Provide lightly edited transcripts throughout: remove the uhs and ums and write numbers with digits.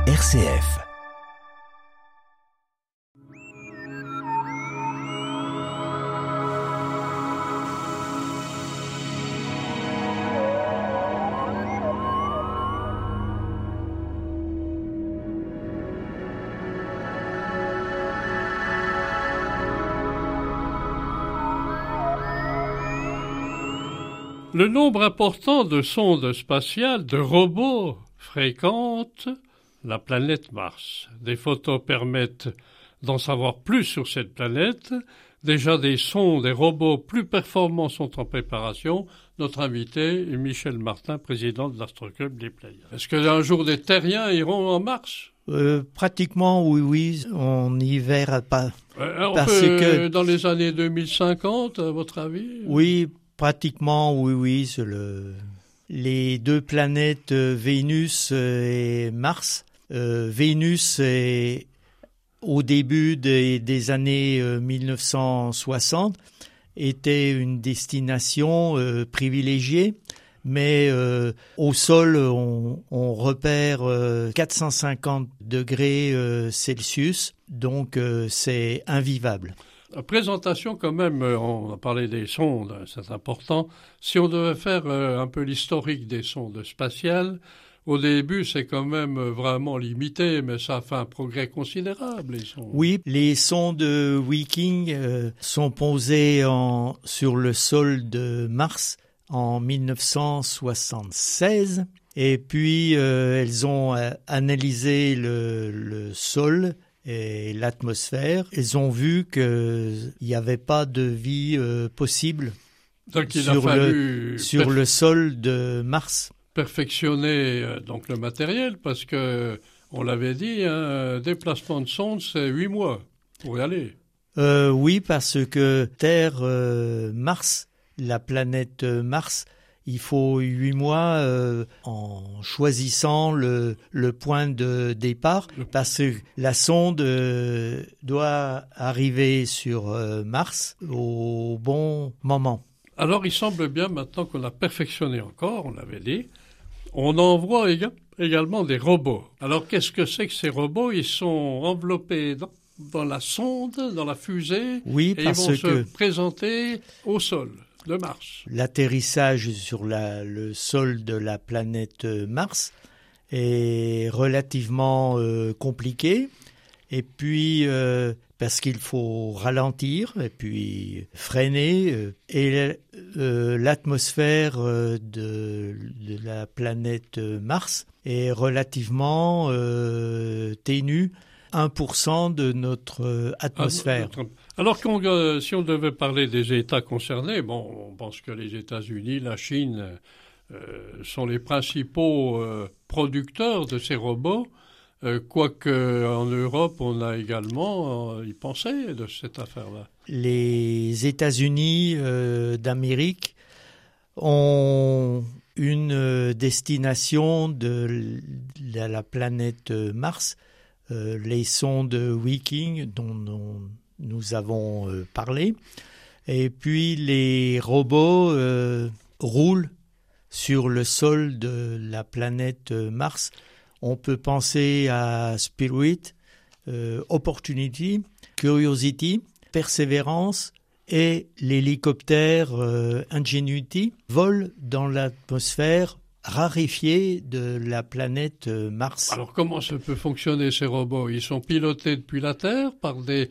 RCF. Le nombre important de sondes spatiales, de robots, fréquente la planète Mars. Des photos permettent d'en savoir plus sur cette planète. Déjà des sondes, des robots plus performants sont en préparation. Notre invité est Michel Martin, président de l'Astroclub des Pléiades. Est-ce qu'un jour des terriens iront en Mars ? Pratiquement, oui, on n'y verra pas. Dans les années 2050, à votre avis ? Oui, pratiquement, oui. Les deux planètes Vénus et Mars. Vénus est au début des années 1960 était une destination privilégiée, mais au sol on repère 450 degrés Celsius, donc c'est invivable. La présentation quand même, on a parlé des sondes, c'est important. Si on devait faire un peu l'historique des sondes spatiales, au début c'est quand même vraiment limité, mais ça a fait un progrès considérable, les sondes. Oui, les sondes Viking sont posées sur le sol de Mars en 1976, et puis elles ont analysé le sol et l'atmosphère. Ils ont vu qu'il n'y avait pas de vie possible sur le sol de Mars. Perfectionner donc le matériel, parce que on l'avait dit, un déplacement de sonde, c'est 8 mois pour y aller. Oui, parce que Mars, la planète Mars, il faut 8 mois en choisissant le point de départ, parce que la sonde doit arriver sur Mars au bon moment. Alors il semble bien maintenant qu'on a perfectionné encore, on l'avait dit, on envoie également des robots. Alors qu'est-ce que c'est que ces robots ? Ils sont enveloppés dans la sonde, dans la fusée, oui, et ils vont se présenter au sol de Mars. L'atterrissage sur le sol de la planète Mars est relativement compliqué, et puis parce qu'il faut ralentir et puis freiner, et l'atmosphère de la planète Mars est relativement ténue, 1% de notre atmosphère. Alors si on devait parler des États concernés, on pense que les États-Unis, la Chine sont les principaux producteurs de ces robots, quoique en Europe on a également y pensé de cette affaire-là. Les États-Unis d'Amérique ont une destination de la planète Mars, les sondes Viking dont nous avons parlé, et puis les robots roulent sur le sol de la planète Mars. On peut penser à Spirit, Opportunity, Curiosity, Perseverance, et l'hélicoptère Ingenuity volent dans l'atmosphère raréfiée de la planète Mars. Alors comment ça peut fonctionner ces robots ? Ils sont pilotés depuis la Terre par des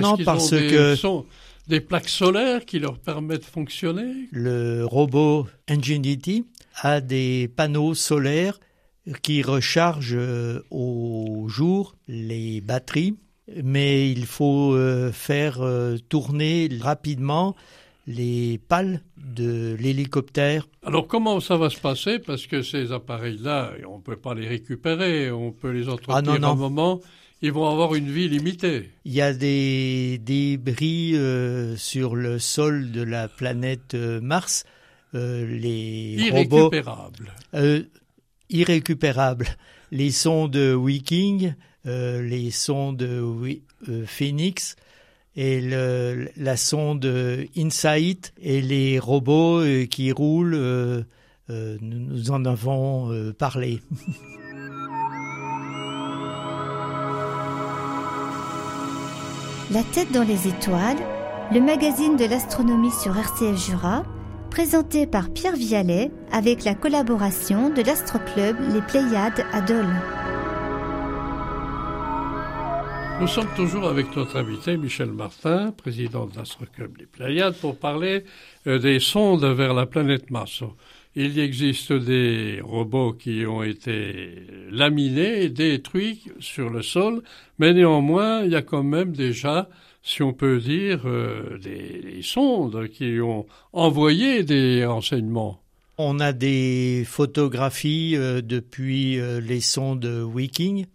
des plaques solaires qui leur permettent de fonctionner ? Le robot Ingenuity a des panneaux solaires qui rechargent au jour les batteries, mais il faut faire tourner rapidement les pales de l'hélicoptère. Alors comment ça va se passer ? Parce que ces appareils-là, on ne peut pas les récupérer, on peut les entretenir un moment, ils vont avoir une vie limitée. Il y a des débris sur le sol de la planète Mars. Les irrécupérables. Irrécupérables. Les sondes Viking, les sondes Phoenix, et la sonde InSight et les robots qui roulent, nous en avons parlé. La tête dans les étoiles, le magazine de l'astronomie sur RCF Jura, présenté par Pierre Vialet avec la collaboration de l'Astroclub Les Pléiades à Dole. Nous sommes toujours avec notre invité Michel Martin, président de l'Astroclub Les Pléiades, pour parler des sondes vers la planète Mars. Il existe des robots qui ont été laminés et détruits sur le sol, mais néanmoins, il y a quand même déjà, si on peut dire, des sondes qui ont envoyé des renseignements. On a des photographies depuis les sondes Viking.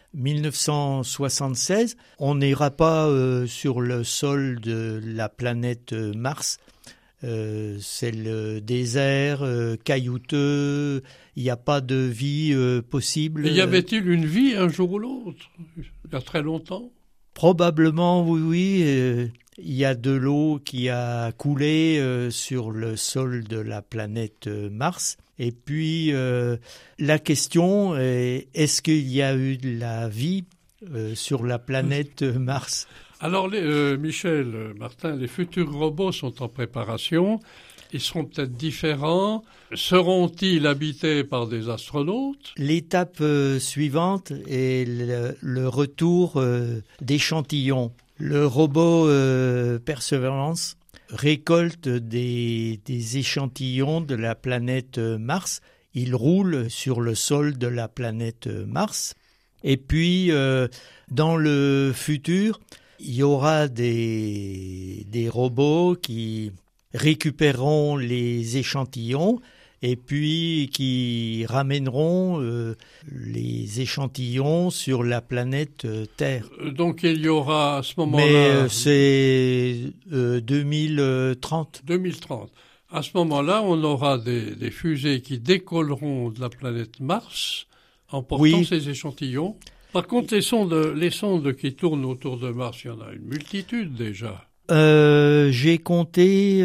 1976, on n'ira pas sur le sol de la planète Mars. C'est le désert caillouteux, il n'y a pas de vie possible. Et y avait-il une vie un jour ou l'autre, il y a très longtemps? Probablement, oui. Il y a de l'eau qui a coulé sur le sol de la planète Mars. Et puis, la question est, est-ce qu'il y a eu de la vie sur la planète Mars? Alors, Michel Martin, les futurs robots sont en préparation. Ils seront peut-être différents. Seront-ils habités par des astronautes? L'étape suivante est le retour d'échantillons. Le robot Perseverance récolte des échantillons de la planète Mars. Il roule sur le sol de la planète Mars. Et puis, dans le futur, il y aura des robots qui récupéreront les échantillons et puis qui ramèneront les échantillons sur la planète Terre. Donc il y aura à ce moment-là... Mais c'est 2030. 2030. À ce moment-là, on aura des fusées qui décolleront de la planète Mars en portant ces échantillons. Par contre, les sondes qui tournent autour de Mars, il y en a une multitude déjà. J'ai compté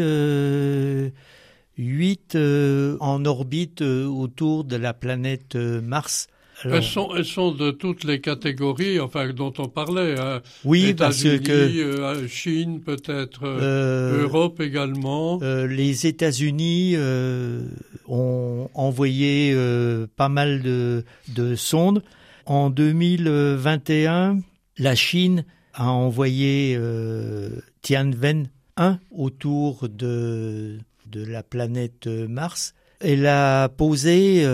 8 en orbite autour de la planète Mars. Alors, elles sont de toutes les catégories, enfin, dont on parlait. Hein. Oui, parce que Chine peut-être, Europe également. Les États-Unis ont envoyé pas mal de sondes. En 2021, la Chine a envoyé Tianwen 1 autour de la planète Mars. Elle a posé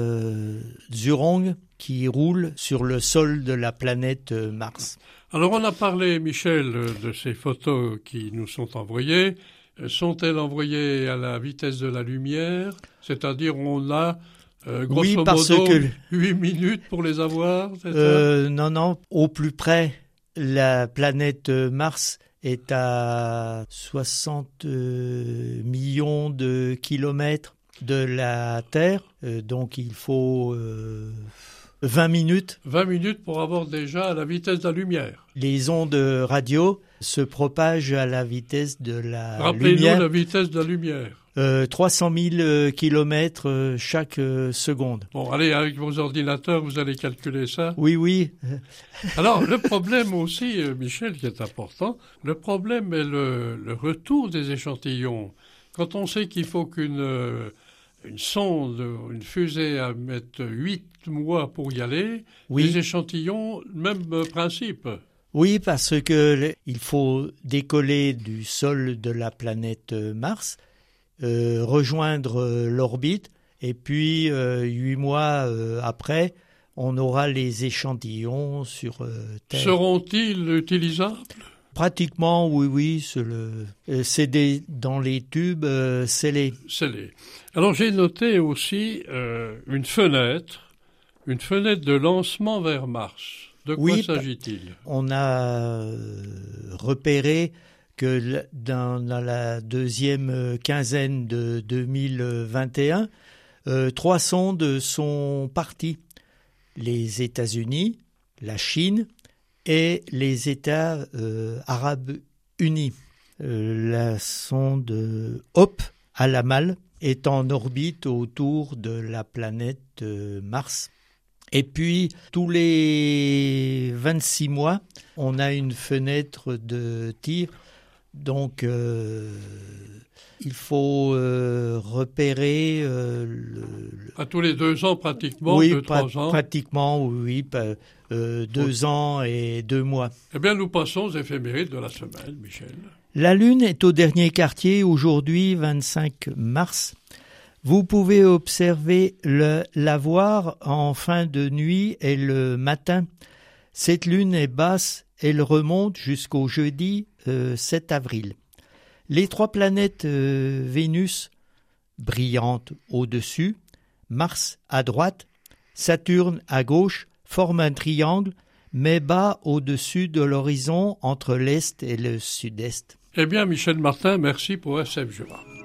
Zhurong qui roule sur le sol de la planète Mars. Alors on a parlé, Michel, de ces photos qui nous sont envoyées. Sont-elles envoyées à la vitesse de la lumière? C'est-à-dire on a... grosso modo, 8 minutes pour les avoir, c'est ça? Non, au plus près, la planète Mars est à 60 millions de kilomètres de la Terre, donc il faut 20 minutes. 20 minutes pour avoir déjà la vitesse de la lumière. Les ondes radio se propagent à la vitesse de la lumière. Rappelez-nous la vitesse de la lumière. 300 000 kilomètres chaque seconde. Bon, allez, avec vos ordinateurs, vous allez calculer ça. Oui. Alors, le problème aussi, Michel, qui est important, le problème est le retour des échantillons. Quand on sait qu'il faut qu'une sonde, une fusée mette 8 mois pour y aller, les échantillons, même principe. Oui, parce que il faut décoller du sol de la planète Mars, rejoindre l'orbite, et puis 8 mois après, on aura les échantillons sur Terre. Seront-ils utilisables? Pratiquement, oui. C'est dans les tubes scellés. Alors j'ai noté aussi une fenêtre de lancement vers Mars. De quoi s'agit-il? On a repéré que dans la deuxième quinzaine de 2021, 3 sondes sont parties. Les États-Unis, la Chine et les États arabes unis. La sonde Hope à la malle est en orbite autour de la planète Mars. Et puis, tous les 26 mois, on a une fenêtre de tir. Donc, il faut repérer... À tous les 2 ans, pratiquement, oui, 2-3 ans. Pratiquement, oui. 2 ans et 2 mois. Eh bien, nous passons aux éphémérides de la semaine, Michel. La Lune est au dernier quartier, aujourd'hui, 25 mars. Vous pouvez observer la voir en fin de nuit et le matin. Cette lune est basse, elle remonte jusqu'au jeudi 7 avril. Les 3 planètes Vénus, brillantes au-dessus, Mars à droite, Saturne à gauche, forment un triangle, mais bas au-dessus de l'horizon entre l'Est et le Sud-Est. Eh bien, Michel Martin, merci pour SF Jura.